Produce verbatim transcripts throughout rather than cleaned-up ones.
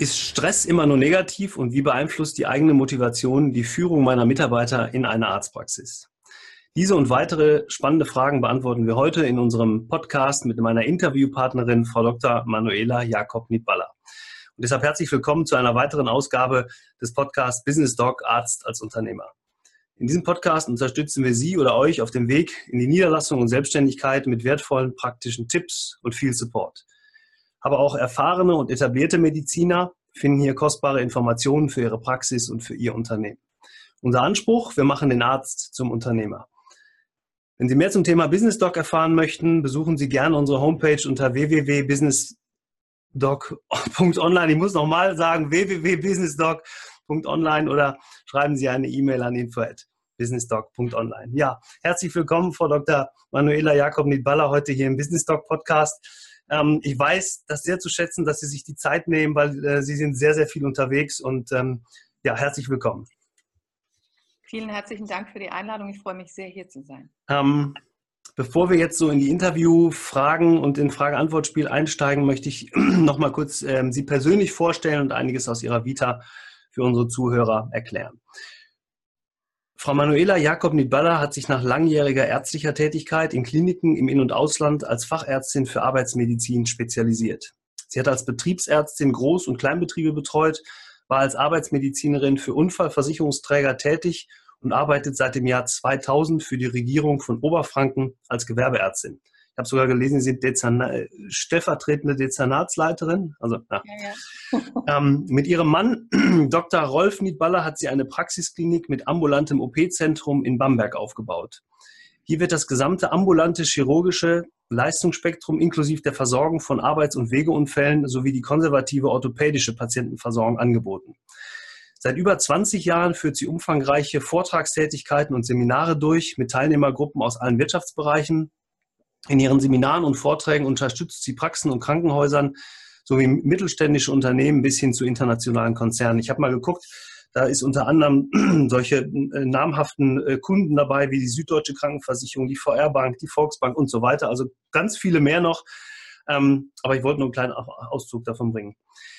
Ist Stress immer nur negativ und wie beeinflusst die eigene Motivation die Führung meiner Mitarbeiter in einer Arztpraxis? Diese und weitere spannende Fragen beantworten wir heute in unserem Podcast mit meiner Interviewpartnerin, Frau Doktor Manuela Jakob-Niedballer. Und deshalb herzlich willkommen zu einer weiteren Ausgabe des Podcasts Business Doc Arzt als Unternehmer. In diesem Podcast unterstützen wir Sie oder euch auf dem Weg in die Niederlassung und Selbstständigkeit mit wertvollen praktischen Tipps und viel Support. Aber auch erfahrene und etablierte Mediziner finden hier kostbare Informationen für ihre Praxis und für ihr Unternehmen. Unser Anspruch: Wir machen den Arzt zum Unternehmer. Wenn Sie mehr zum Thema Business Doc erfahren möchten, besuchen Sie gerne unsere Homepage unter w w w punkt business doc punkt online. Ich muss nochmal sagen, w w w punkt business doc punkt online oder schreiben Sie eine E-Mail an info at business doc punkt online. Ja, herzlich willkommen, Frau Doktor Manuela Jakob-Niedballer, heute hier im Business Doc Podcast. Ähm, ich weiß das sehr zu schätzen, dass Sie sich die Zeit nehmen, weil äh, Sie sind sehr, sehr viel unterwegs und ähm, ja, herzlich willkommen. Vielen herzlichen Dank für die Einladung. Ich freue mich sehr, hier zu sein. Ähm, bevor wir jetzt so in die Interviewfragen und in Frage-Antwort-Spiel einsteigen, möchte ich noch mal kurz ähm, Sie persönlich vorstellen und einiges aus Ihrer Vita für unsere Zuhörer erklären. Frau Manuela Jakob-Niedballer hat sich nach langjähriger ärztlicher Tätigkeit in Kliniken im In- und Ausland als Fachärztin für Arbeitsmedizin spezialisiert. Sie hat als Betriebsärztin Groß- und Kleinbetriebe betreut, war als Arbeitsmedizinerin für Unfallversicherungsträger tätig und arbeitet seit dem Jahr zweitausend für die Regierung von Oberfranken als Gewerbeärztin. Ich habe sogar gelesen, Sie sind Dezerna- stellvertretende Dezernatsleiterin. Also, ja. Ja, ja. ähm, mit ihrem Mann, Doktor Rolf Niedballer, hat sie eine Praxisklinik mit ambulantem O P-Zentrum in Bamberg aufgebaut. Hier wird das gesamte ambulante chirurgische Leistungsspektrum inklusive der Versorgung von Arbeits- und Wegeunfällen sowie die konservative orthopädische Patientenversorgung angeboten. Seit über zwanzig Jahren führt sie umfangreiche Vortragstätigkeiten und Seminare durch mit Teilnehmergruppen aus allen Wirtschaftsbereichen. In ihren Seminaren und Vorträgen unterstützt sie Praxen und Krankenhäusern sowie mittelständische Unternehmen bis hin zu internationalen Konzernen. Ich habe mal geguckt, da ist unter anderem solche äh, namhaften äh, Kunden dabei wie die Süddeutsche Krankenversicherung, die V R-Bank, die Volksbank und so weiter. Also ganz viele mehr noch. Ähm, aber ich wollte nur einen kleinen Auszug davon bringen.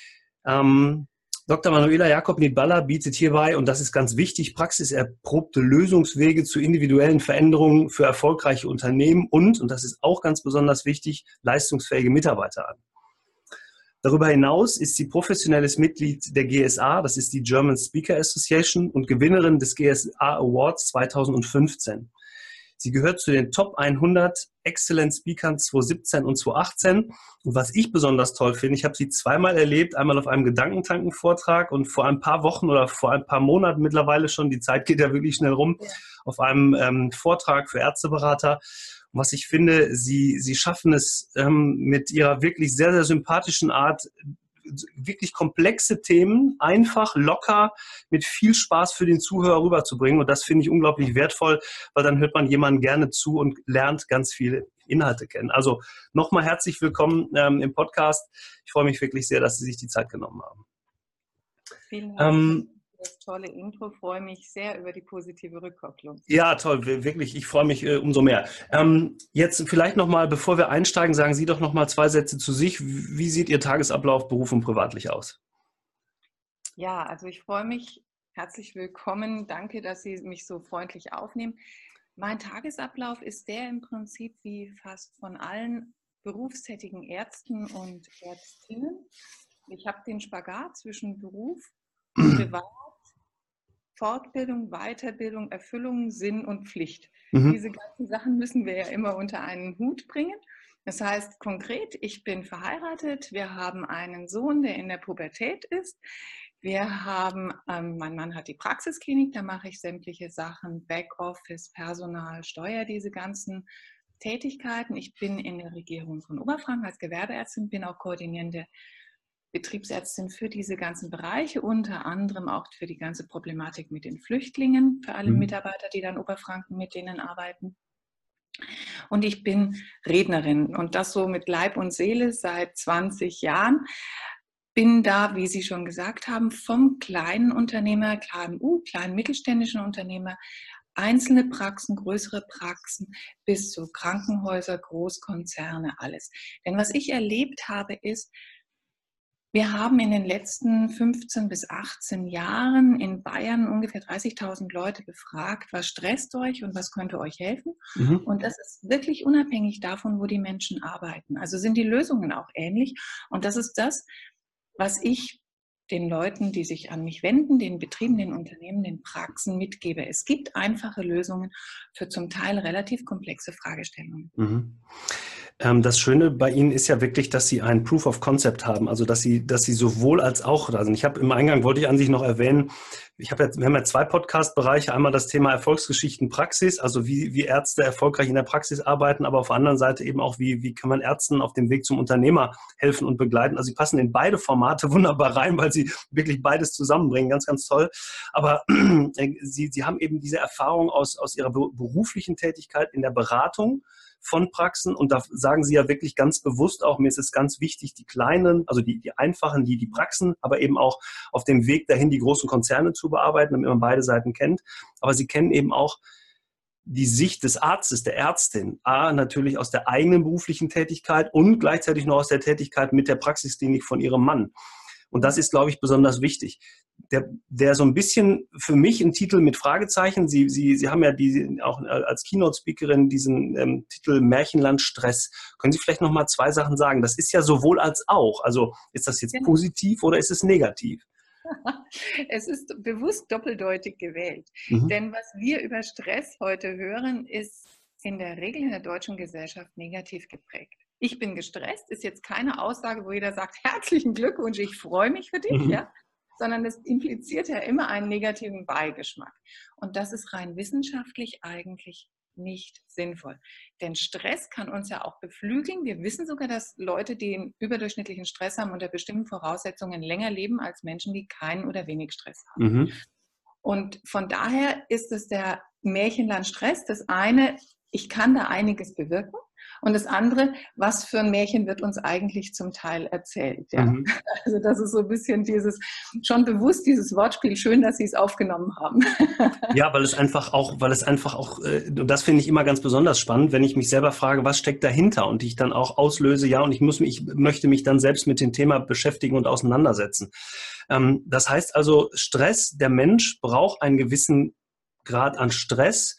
Ähm, Doktor Manuela Jakob-Niedballer bietet hierbei, und das ist ganz wichtig, praxiserprobte Lösungswege zu individuellen Veränderungen für erfolgreiche Unternehmen und, und das ist auch ganz besonders wichtig, leistungsfähige Mitarbeiter an. Darüber hinaus ist sie professionelles Mitglied der G S A, das ist die German Speaker Association, und Gewinnerin des G S A Awards zweitausendfünfzehn. Sie gehört zu den Top hundert Excellent Speakern zweitausendsiebzehn und zweitausendachtzehn. Und was ich besonders toll finde, ich habe sie zweimal erlebt, einmal auf einem Gedankentanken-Vortrag und vor ein paar Wochen oder vor ein paar Monaten mittlerweile schon, die Zeit geht ja wirklich schnell rum, ja. auf einem ähm, Vortrag für Ärzteberater. Und was ich finde, sie, sie schaffen es ähm, mit ihrer wirklich sehr, sehr sympathischen Art, wirklich komplexe Themen einfach, locker, mit viel Spaß für den Zuhörer rüberzubringen. Und das finde ich unglaublich wertvoll, weil dann hört man jemandem gerne zu und lernt ganz viele Inhalte kennen. Also nochmal herzlich willkommen ähm, im Podcast. Ich freue mich wirklich sehr, dass Sie sich die Zeit genommen haben. Vielen herzlichen Dank für das tolle Intro. Ich freue mich sehr über die positive Rückkopplung. Ja, toll, wirklich. Ich freue mich äh, umso mehr. Ähm, jetzt vielleicht nochmal, bevor wir einsteigen, sagen Sie doch nochmal zwei Sätze zu sich. Wie sieht Ihr Tagesablauf beruf- und privatlich aus? Ja, also ich freue mich. Herzlich willkommen. Danke, dass Sie mich so freundlich aufnehmen. Mein Tagesablauf ist der im Prinzip wie fast von allen berufstätigen Ärzten und Ärztinnen. Ich habe den Spagat zwischen Beruf, Privat, Fortbildung, Weiterbildung, Erfüllung, Sinn und Pflicht. Mhm. Diese ganzen Sachen müssen wir ja immer unter einen Hut bringen. Das heißt konkret, ich bin verheiratet, wir haben einen Sohn, der in der Pubertät ist. Wir haben, ähm, mein Mann hat die Praxisklinik, da mache ich sämtliche Sachen, Backoffice, Personal, Steuer, diese ganzen Tätigkeiten. Ich bin in der Regierung von Oberfranken als Gewerbeärztin, bin auch koordinierende Betriebsärztin für diese ganzen Bereiche, unter anderem auch für die ganze Problematik mit den Flüchtlingen, für alle mhm. Mitarbeiter, die dann Oberfranken mit denen arbeiten. Und ich bin Rednerin und das so mit Leib und Seele seit zwanzig Jahren. Bin da, wie Sie schon gesagt haben, vom kleinen Unternehmer, K M U, kleinen mittelständischen Unternehmer, einzelne Praxen, größere Praxen bis zu Krankenhäuser, Großkonzerne, alles. Denn was ich erlebt habe, ist, Wir haben in den letzten fünfzehn bis achtzehn Jahren in Bayern ungefähr dreißigtausend Leute befragt, was stresst euch und was könnte euch helfen. Mhm. Und das ist wirklich unabhängig davon, wo die Menschen arbeiten. Also sind die Lösungen auch ähnlich. Und das ist das, was ich den Leuten, die sich an mich wenden, den Betrieben, den Unternehmen, den Praxen mitgebe. Es gibt einfache Lösungen für zum Teil relativ komplexe Fragestellungen. Mhm. Das Schöne bei Ihnen ist ja wirklich, dass Sie ein Proof of Concept haben, also dass Sie, dass Sie sowohl als auch, also ich habe im Eingang, wollte ich an sich noch erwähnen, ich habe jetzt, wir haben ja zwei Podcast-Bereiche, einmal das Thema Erfolgsgeschichten Praxis, also wie, wie Ärzte erfolgreich in der Praxis arbeiten, aber auf der anderen Seite eben auch, wie, wie kann man Ärzten auf dem Weg zum Unternehmer helfen und begleiten. Also sie passen in beide Formate wunderbar rein, weil sie wirklich beides zusammenbringen, ganz, ganz toll. Aber äh, sie, sie haben eben diese Erfahrung aus, aus ihrer beruflichen Tätigkeit in der Beratung von Praxen und da sagen Sie ja wirklich ganz bewusst auch, mir ist es ganz wichtig, die kleinen, also die, die einfachen, die, die Praxen, aber eben auch auf dem Weg dahin die großen Konzerne zu bearbeiten, damit man beide Seiten kennt. Aber Sie kennen eben auch die Sicht des Arztes, der Ärztin, A, natürlich aus der eigenen beruflichen Tätigkeit und gleichzeitig noch aus der Tätigkeit mit der Praxisklinik von Ihrem Mann. Und das ist, glaube ich, besonders wichtig. Der, der so ein bisschen für mich ein Titel mit Fragezeichen, Sie, Sie, Sie haben ja die, auch als Keynote-Speakerin diesen ähm, Titel Märchenland Stress. Können Sie vielleicht noch mal zwei Sachen sagen? Das ist ja sowohl als auch. Also ist das jetzt genau positiv oder ist es negativ? Es ist bewusst doppeldeutig gewählt. Mhm. Denn was wir über Stress heute hören, ist in der Regel in der deutschen Gesellschaft negativ geprägt. Ich bin gestresst, ist jetzt keine Aussage, wo jeder sagt, herzlichen Glückwunsch, ich freue mich für dich, mhm. ja, sondern es impliziert ja immer einen negativen Beigeschmack. Und das ist rein wissenschaftlich eigentlich nicht sinnvoll. Denn Stress kann uns ja auch beflügeln. Wir wissen sogar, dass Leute, die einen überdurchschnittlichen Stress haben, unter bestimmten Voraussetzungen länger leben als Menschen, die keinen oder wenig Stress haben. Mhm. Und von daher ist es der Märchenland Stress. Das eine, ich kann da einiges bewirken. Und das andere, was für ein Märchen wird uns eigentlich zum Teil erzählt. Ja? Mhm. Also das ist so ein bisschen dieses, schon bewusst dieses Wortspiel, schön, dass Sie es aufgenommen haben. Ja, weil es einfach auch, weil es einfach auch, und das finde ich immer ganz besonders spannend, wenn ich mich selber frage, was steckt dahinter und ich dann auch auslöse, ja, und ich muss mich, ich möchte mich dann selbst mit dem Thema beschäftigen und auseinandersetzen. Das heißt also, Stress, der Mensch braucht einen gewissen Grad an Stress,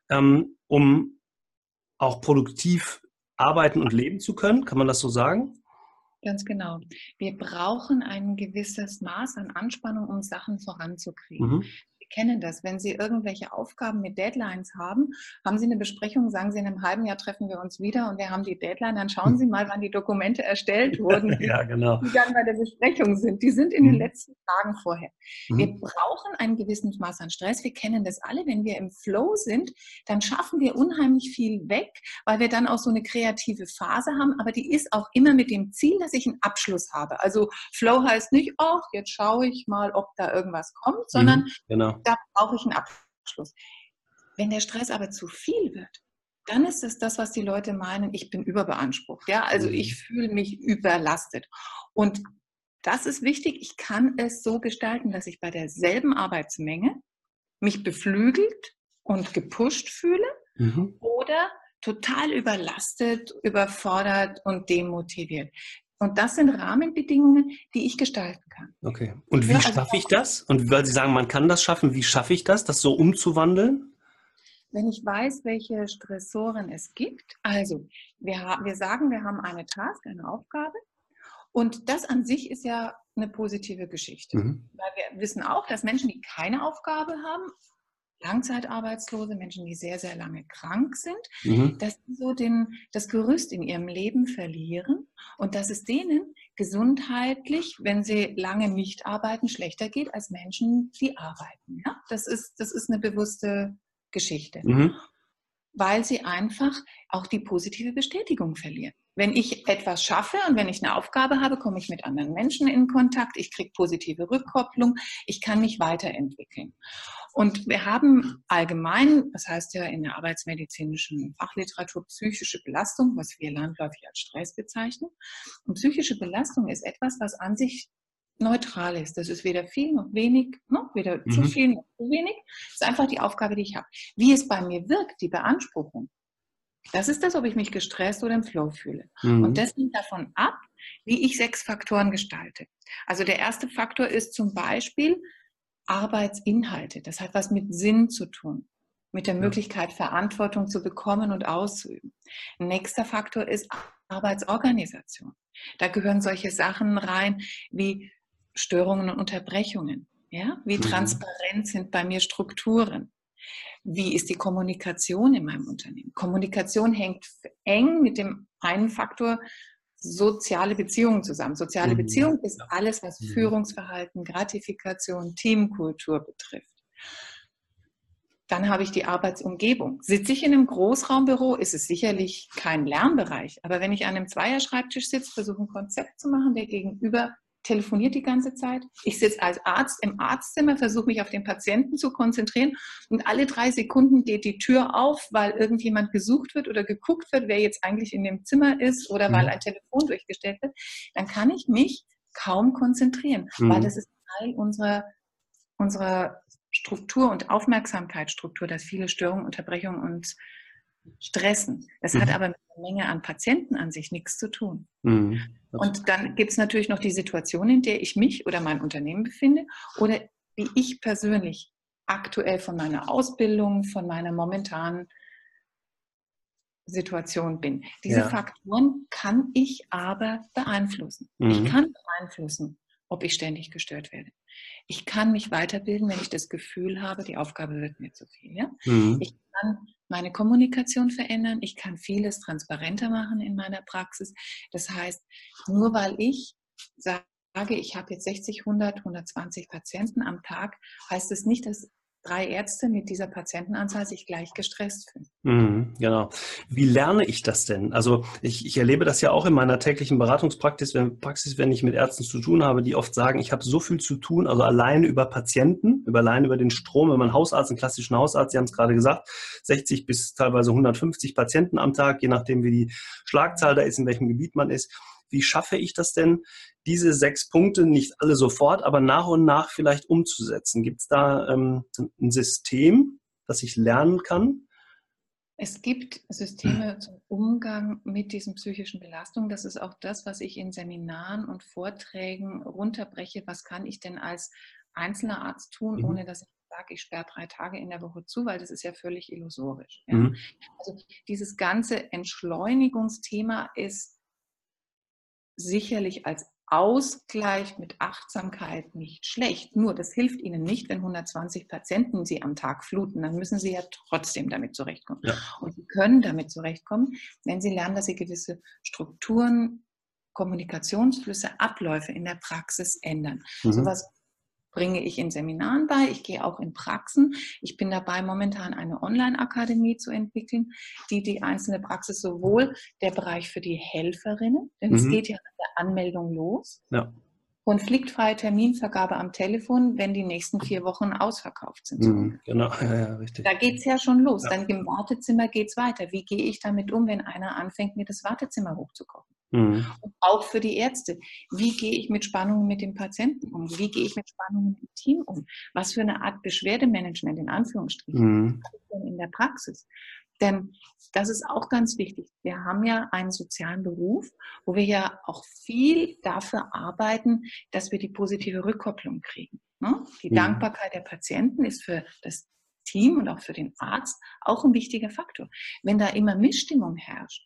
um auch produktiv arbeiten und leben zu können? Kann man das so sagen? Ganz genau. Wir brauchen ein gewisses Maß an Anspannung, um Sachen voranzukriegen. Mhm. Wir kennen das. Wenn Sie irgendwelche Aufgaben mit Deadlines haben, haben Sie eine Besprechung, sagen Sie, in einem halben Jahr treffen wir uns wieder und wir haben die Deadline, dann schauen Sie mal, wann die Dokumente erstellt wurden, die, ja, genau. die dann bei der Besprechung sind. Die sind in mhm. den letzten Tagen vorher. Mhm. Wir brauchen ein gewisses Maß an Stress. Wir kennen das alle. Wenn wir im Flow sind, dann schaffen wir unheimlich viel weg, weil wir dann auch so eine kreative Phase haben, aber die ist auch immer mit dem Ziel, dass ich einen Abschluss habe. Also Flow heißt nicht, ach, jetzt schaue ich mal, ob da irgendwas kommt, sondern mhm, genau. Da brauche ich einen Abschluss. Wenn der Stress aber zu viel wird, dann ist es das, was die Leute meinen, ich bin überbeansprucht. Ja? Also mhm. ich fühle mich überlastet. Und das ist wichtig. Ich kann es so gestalten, dass ich bei derselben Arbeitsmenge mich beflügelt und gepusht fühle mhm. oder total überlastet, überfordert und demotiviert. Und das sind Rahmenbedingungen, die ich gestalten kann. Okay. Und wie schaffe ich das? Und weil Sie sagen, man kann das schaffen, wie schaffe ich das, das so umzuwandeln? Wenn ich weiß, welche Stressoren es gibt, also wir, wir sagen, wir haben eine Task, eine Aufgabe und das an sich ist ja eine positive Geschichte. Mhm. Weil wir wissen auch, dass Menschen, die keine Aufgabe haben, Langzeitarbeitslose, Menschen, die sehr, sehr lange krank sind, mhm. dass sie so den, das Gerüst in ihrem Leben verlieren und dass es denen gesundheitlich, wenn sie lange nicht arbeiten, schlechter geht als Menschen, die arbeiten. Ja? Das ist, das ist eine bewusste Geschichte. Mhm. Weil sie einfach auch die positive Bestätigung verlieren. Wenn ich etwas schaffe und wenn ich eine Aufgabe habe, komme ich mit anderen Menschen in Kontakt, ich kriege positive Rückkopplung, ich kann mich weiterentwickeln. Und wir haben allgemein, das heißt ja in der arbeitsmedizinischen Fachliteratur, psychische Belastung, was wir landläufig als Stress bezeichnen. Und psychische Belastung ist etwas, was an sich neutral ist. Das ist weder viel noch wenig, ne? weder mhm. zu viel noch zu wenig. Das ist einfach die Aufgabe, die ich habe. Wie es bei mir wirkt, die Beanspruchung, das ist das, ob ich mich gestresst oder im Flow fühle. Mhm. Und das hängt davon ab, wie wie ich sechs Faktoren gestalte. Also der erste Faktor ist zum Beispiel Arbeitsinhalte. Das hat was mit Sinn zu tun, mit der Möglichkeit, Verantwortung zu bekommen und auszuüben. Nächster Faktor ist Arbeitsorganisation. Da gehören solche Sachen rein wie Störungen und Unterbrechungen. Ja? Wie transparent sind bei mir Strukturen? Wie ist die Kommunikation in meinem Unternehmen? Kommunikation hängt eng mit dem einen Faktor soziale Beziehungen zusammen. Soziale Beziehung ist alles, was Führungsverhalten, Gratifikation, Teamkultur betrifft. Dann habe ich die Arbeitsumgebung. Sitze ich in einem Großraumbüro, ist es sicherlich kein Lernbereich. Aber wenn ich an einem Zweierschreibtisch sitze, versuche ein Konzept zu machen, der Gegenüber telefoniert die ganze Zeit. Ich sitze als Arzt im Arztzimmer, versuche mich auf den Patienten zu konzentrieren und alle drei Sekunden geht die Tür auf, weil irgendjemand gesucht wird oder geguckt wird, wer jetzt eigentlich in dem Zimmer ist oder mhm. weil ein Telefon durchgestellt wird. Dann kann ich mich kaum konzentrieren, mhm. weil das ist Teil unserer, unserer Struktur und Aufmerksamkeitsstruktur, dass viele Störungen, Unterbrechungen und stressen. Das mhm. hat aber mit der Menge an Patienten an sich nichts zu tun. Mhm. Und dann gibt es natürlich noch die Situation, in der ich mich oder mein Unternehmen befinde oder wie ich persönlich aktuell von meiner Ausbildung, von meiner momentanen Situation bin. Diese ja. Faktoren kann ich aber beeinflussen. Mhm. Ich kann beeinflussen, ob ich ständig gestört werde. Ich kann mich weiterbilden, wenn ich das Gefühl habe, die Aufgabe wird mir zu viel. Ja? Mhm. Ich kann meine Kommunikation verändern. Ich kann vieles transparenter machen in meiner Praxis. Das heißt, nur weil ich sage, ich habe jetzt sechzig, hundert, hundertzwanzig Patienten am Tag, heißt es nicht, dass drei Ärzte mit dieser Patientenanzahl sich gleich gestresst fühlen. Mhm, genau. Wie lerne ich das denn? Also ich, ich erlebe das ja auch in meiner täglichen Beratungspraxis, wenn, Praxis, wenn ich mit Ärzten zu tun habe, die oft sagen, ich habe so viel zu tun, also alleine über Patienten, über allein über den Strom, wenn man Hausarzt, einen klassischen Hausarzt, Sie haben es gerade gesagt, sechzig bis teilweise hundertfünfzig Patienten am Tag, je nachdem wie die Schlagzahl da ist, in welchem Gebiet man ist. Wie schaffe ich das denn, diese sechs Punkte nicht alle sofort, aber nach und nach vielleicht umzusetzen? Gibt es da ähm, ein System, das ich lernen kann? Es gibt Systeme zum Umgang mit diesen psychischen Belastungen. Das ist auch das, was ich in Seminaren und Vorträgen runterbreche. Was kann ich denn als einzelner Arzt tun, mhm. ohne dass ich sage, ich sperre drei Tage in der Woche zu, weil das ist ja völlig illusorisch. Ja? Mhm. Also dieses ganze Entschleunigungsthema ist sicherlich als Ausgleich mit Achtsamkeit nicht schlecht. Nur das hilft Ihnen nicht, wenn hundertzwanzig Patienten Sie am Tag fluten. Dann müssen Sie ja trotzdem damit zurechtkommen. Ja. Und Sie können damit zurechtkommen, wenn Sie lernen, dass Sie gewisse Strukturen, Kommunikationsflüsse, Abläufe in der Praxis ändern. Mhm. Sowas bringe ich in Seminaren bei, ich gehe auch in Praxen. Ich bin dabei, momentan eine Online-Akademie zu entwickeln, die die einzelne Praxis sowohl der Bereich für die Helferinnen, denn mhm. es geht ja mit der Anmeldung los, ja. konfliktfreie Terminvergabe am Telefon, wenn die nächsten vier Wochen ausverkauft sind. Mhm, genau, ja, ja, richtig. Da geht es ja schon los. Ja. Dann im Wartezimmer geht es weiter. Wie gehe ich damit um, wenn einer anfängt, mir das Wartezimmer hochzukochen? Mhm. Und auch für die Ärzte. Wie gehe ich mit Spannungen mit dem Patienten um? Wie gehe ich mit Spannungen im Team um? Was für eine Art Beschwerdemanagement in Anführungsstrichen mhm. habe ich denn in der Praxis? Denn das ist auch ganz wichtig. Wir haben ja einen sozialen Beruf, wo wir ja auch viel dafür arbeiten, dass wir die positive Rückkopplung kriegen. Ne? Die mhm. Dankbarkeit der Patienten ist für das Team und auch für den Arzt auch ein wichtiger Faktor. Wenn da immer Missstimmung herrscht,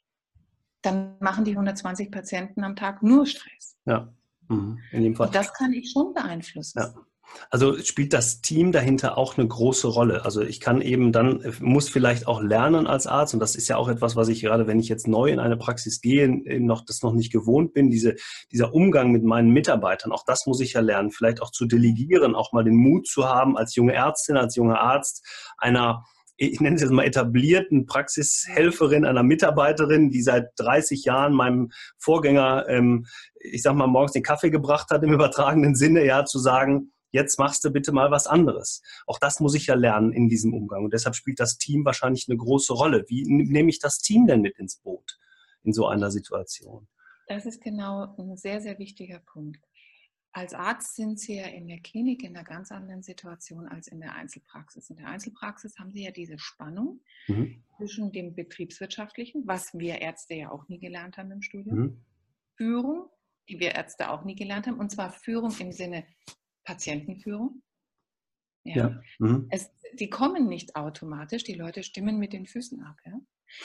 dann machen die hundertzwanzig Patienten am Tag nur Stress. Ja, mhm. in dem Fall. Und das kann ich schon beeinflussen. Ja. Also spielt das Team dahinter auch eine große Rolle. Also ich kann eben dann, muss vielleicht auch lernen als Arzt, und das ist ja auch etwas, was ich gerade, wenn ich jetzt neu in eine Praxis gehe, eben noch, das noch nicht gewohnt bin, diese, dieser Umgang mit meinen Mitarbeitern, auch das muss ich ja lernen, vielleicht auch zu delegieren, auch mal den Mut zu haben, als junge Ärztin, als junger Arzt, einer, ich nenne es jetzt mal etablierten Praxishelferin, einer Mitarbeiterin, die seit dreißig Jahren meinem Vorgänger, ähm, ich sag mal, morgens den Kaffee gebracht hat, im übertragenen Sinne, ja, zu sagen, jetzt machst du bitte mal was anderes. Auch das muss ich ja lernen in diesem Umgang. Und deshalb spielt das Team wahrscheinlich eine große Rolle. Wie nehme ich das Team denn mit ins Boot in so einer Situation? Das ist genau ein sehr, sehr wichtiger Punkt. Als Arzt sind Sie ja in der Klinik in einer ganz anderen Situation als in der Einzelpraxis. In der Einzelpraxis haben Sie ja diese Spannung mhm. zwischen dem Betriebswirtschaftlichen, was wir Ärzte ja auch nie gelernt haben im Studium, mhm. Führung die wir Ärzte auch nie gelernt haben, und zwar Führung im Sinne Patientenführung. Ja. Ja. Mhm. Es, die kommen nicht automatisch, die Leute stimmen mit den Füßen ab. Ja?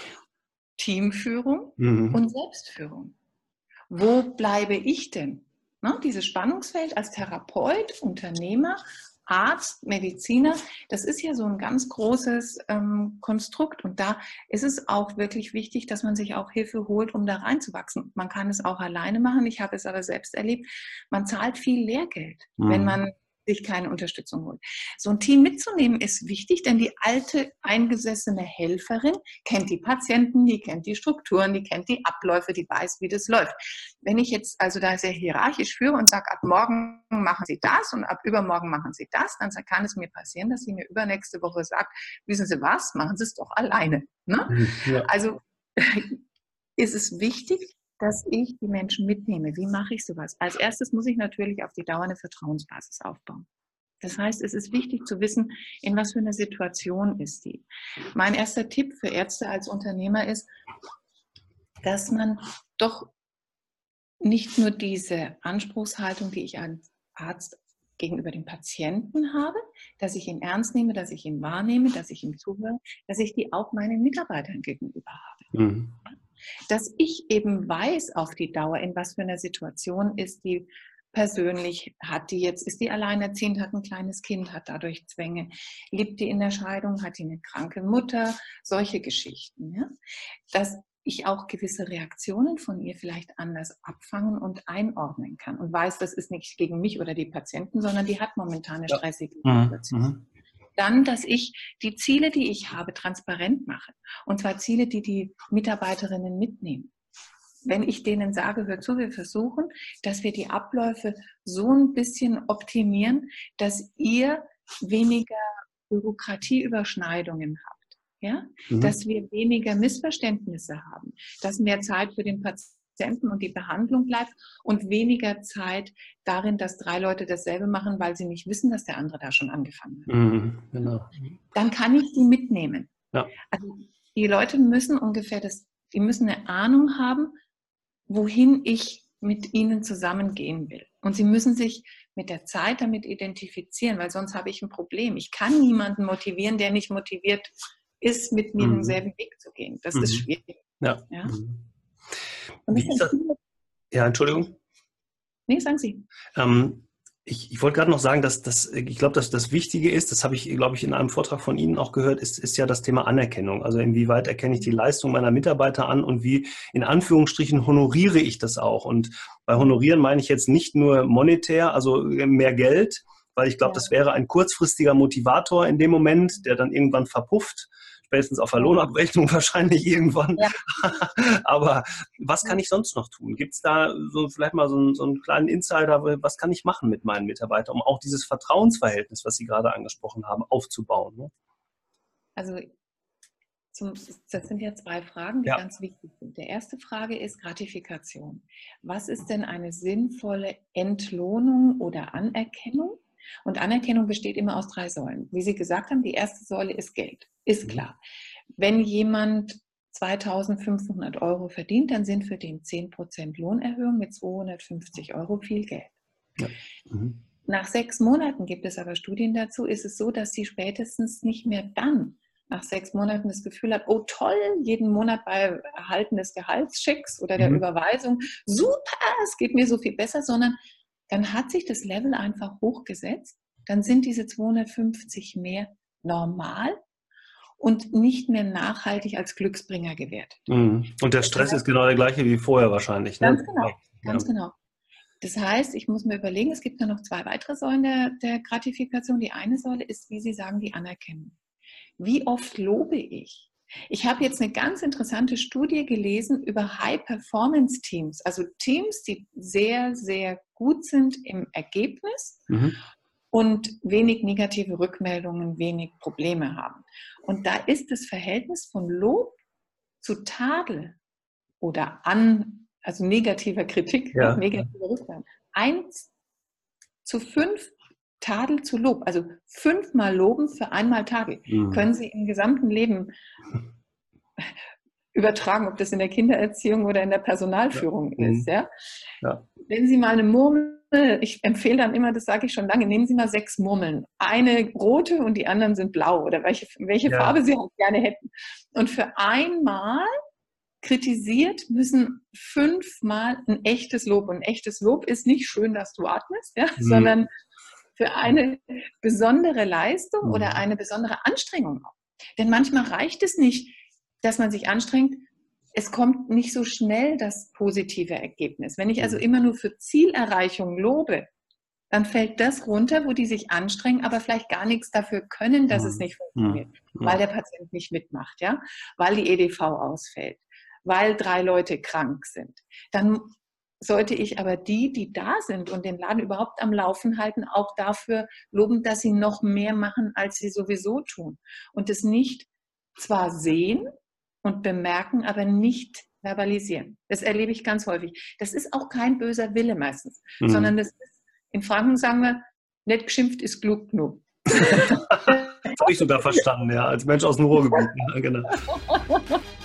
Teamführung mhm. und Selbstführung. Wo bleibe ich denn? Ne? Dieses Spannungsfeld als Therapeut, Unternehmer, Arzt, Mediziner, das ist ja so ein ganz großes ähm, Konstrukt. Und da ist es auch wirklich wichtig, dass man sich auch Hilfe holt, um da reinzuwachsen. Man kann es auch alleine machen. Ich habe es aber selbst erlebt. Man zahlt viel Lehrgeld, mhm. wenn man sich keine Unterstützung holt. So ein Team mitzunehmen ist wichtig, denn die alte, eingesessene Helferin kennt die Patienten, die kennt die Strukturen, die kennt die Abläufe, die weiß, wie das läuft. Wenn ich jetzt also da sehr hierarchisch führe und sage, ab morgen machen Sie das und ab übermorgen machen Sie das, dann kann es mir passieren, dass sie mir übernächste Woche sagt, wissen Sie was, machen Sie es doch alleine. Ne? Ja. Also ist es wichtig, dass ich die Menschen mitnehme. Wie mache ich sowas? Als erstes muss ich natürlich auf die Dauer eine Vertrauensbasis aufbauen. Das heißt, es ist wichtig zu wissen, in was für einer Situation ist die. Mein erster Tipp für Ärzte als Unternehmer ist, dass man doch nicht nur diese Anspruchshaltung, die ich als Arzt gegenüber dem Patienten habe, dass ich ihn ernst nehme, dass ich ihn wahrnehme, dass ich ihm zuhöre, dass ich die auch meinen Mitarbeitern gegenüber habe. Mhm. Dass ich eben weiß auf die Dauer, in was für einer Situation ist die persönlich, hat die jetzt, ist die alleinerziehend, hat ein kleines Kind, hat dadurch Zwänge, lebt die in der Scheidung, hat die eine kranke Mutter, solche Geschichten. Ja? Dass ich auch gewisse Reaktionen von ihr vielleicht anders abfangen und einordnen kann und weiß, das ist nicht gegen mich oder die Patienten, sondern die hat momentan eine stressige Situation. Mhm. Dann, dass ich die Ziele, die ich habe, transparent mache. Und zwar Ziele, die die Mitarbeiterinnen mitnehmen. Wenn ich denen sage, hör zu, wir versuchen, dass wir die Abläufe so ein bisschen optimieren, dass ihr weniger Bürokratieüberschneidungen habt. Ja? Mhm. Dass wir weniger Missverständnisse haben, dass mehr Zeit für den Patienten und die Behandlung bleibt und weniger Zeit darin, dass drei Leute dasselbe machen, weil sie nicht wissen, dass der andere da schon angefangen hat. Mhm, genau. Dann kann ich die mitnehmen. Ja. Also die Leute müssen ungefähr das, die müssen eine Ahnung haben, wohin ich mit ihnen zusammengehen will. Und sie müssen sich mit der Zeit damit identifizieren, weil sonst habe ich ein Problem. Ich kann niemanden motivieren, der nicht motiviert ist, mit mir mhm. denselben Weg zu gehen. Das mhm. ist schwierig. Ja. Ja? Und Wie ist das? Ja, Entschuldigung. Nee, sagen Sie. Ähm, ich, ich wollte gerade noch sagen, dass das, ich glaube, dass das Wichtige ist, das habe ich, glaube ich, in einem Vortrag von Ihnen auch gehört, ist, ist ja das Thema Anerkennung. Also inwieweit erkenne ich die Leistung meiner Mitarbeiter an und wie in Anführungsstrichen honoriere ich das auch. Und bei honorieren meine ich jetzt nicht nur monetär, also mehr Geld, weil ich glaube, ja. das wäre ein kurzfristiger Motivator in dem Moment, der dann irgendwann verpufft. Spätestens auf der Lohnabrechnung wahrscheinlich irgendwann. Ja. Aber was kann ich sonst noch tun? Gibt es da so vielleicht mal so einen, so einen kleinen Insider, was kann ich machen mit meinen Mitarbeitern, um auch dieses Vertrauensverhältnis, was Sie gerade angesprochen haben, aufzubauen? Ne? Also zum, das sind ja zwei Fragen, die ja. ganz wichtig sind. Die erste Frage ist Gratifikation. Was ist denn eine sinnvolle Entlohnung oder Anerkennung? Und Anerkennung besteht immer aus drei Säulen. Wie Sie gesagt haben, die erste Säule ist Geld. Ist klar. Wenn jemand zweitausendfünfhundert Euro verdient, dann sind für den zehn Prozent Lohnerhöhung mit zweihundertfünfzig Euro viel Geld. Ja. Mhm. Nach sechs Monaten gibt es aber Studien dazu, ist es so, dass sie spätestens nicht mehr dann nach sechs Monaten das Gefühl hat, oh toll, jeden Monat bei Erhalten des Gehaltschecks oder der mhm. Überweisung, super, es geht mir so viel besser, sondern dann hat sich das Level einfach hochgesetzt, dann sind diese zweihundertfünfzig mehr normal und nicht mehr nachhaltig als Glücksbringer gewertet. Mhm. Und der Stress das heißt, ist genau der gleiche wie vorher wahrscheinlich. Ne? Ganz genau, ganz ja. genau. Das heißt, ich muss mir überlegen, es gibt ja noch zwei weitere Säulen der, der Gratifikation. Die eine Säule ist, wie Sie sagen, die Anerkennung. Wie oft lobe ich? Ich habe jetzt eine ganz interessante Studie gelesen über High-Performance-Teams, also Teams, die sehr, sehr gut sind im Ergebnis mhm. und wenig negative Rückmeldungen, wenig Probleme haben. Und da ist das Verhältnis von Lob zu Tadel oder an, also negativer Kritik, ja. negativer Rückmeldung, eins zu fünf Tadel zu Lob, also fünfmal loben für einmal Tadel, mhm. können Sie im gesamten Leben übertragen, ob das in der Kindererziehung oder in der Personalführung ja. ist. Ja? Ja. Wenn Sie mal eine Murmel, ich empfehle dann immer, das sage ich schon lange, nehmen Sie mal sechs Murmeln. Eine rote und die anderen sind blau oder welche, welche Ja. Farbe Sie halt gerne hätten. Und für einmal kritisiert müssen fünfmal ein echtes Lob. Und ein echtes Lob ist nicht schön, dass du atmest, ja, mhm. sondern für eine besondere Leistung mhm. oder eine besondere Anstrengung auch. Denn manchmal reicht es nicht, dass man sich anstrengt. Es kommt nicht so schnell das positive Ergebnis. Wenn ich also immer nur für Zielerreichung lobe, dann fällt das runter, wo die sich anstrengen, aber vielleicht gar nichts dafür können, dass es nicht funktioniert, weil der Patient nicht mitmacht, ja, weil die E D V ausfällt, weil drei Leute krank sind. Dann sollte ich aber die, die da sind und den Laden überhaupt am Laufen halten, auch dafür loben, dass sie noch mehr machen, als sie sowieso tun. Und es nicht zwar sehen und bemerken, aber nicht verbalisieren. Das erlebe ich ganz häufig. Das ist auch kein böser Wille meistens, mhm. sondern das ist, in Franken sagen wir, nicht geschimpft ist klug genug. Das habe ich sogar verstanden, ja, als Mensch aus dem Ruhrgebiet. Ja, genau.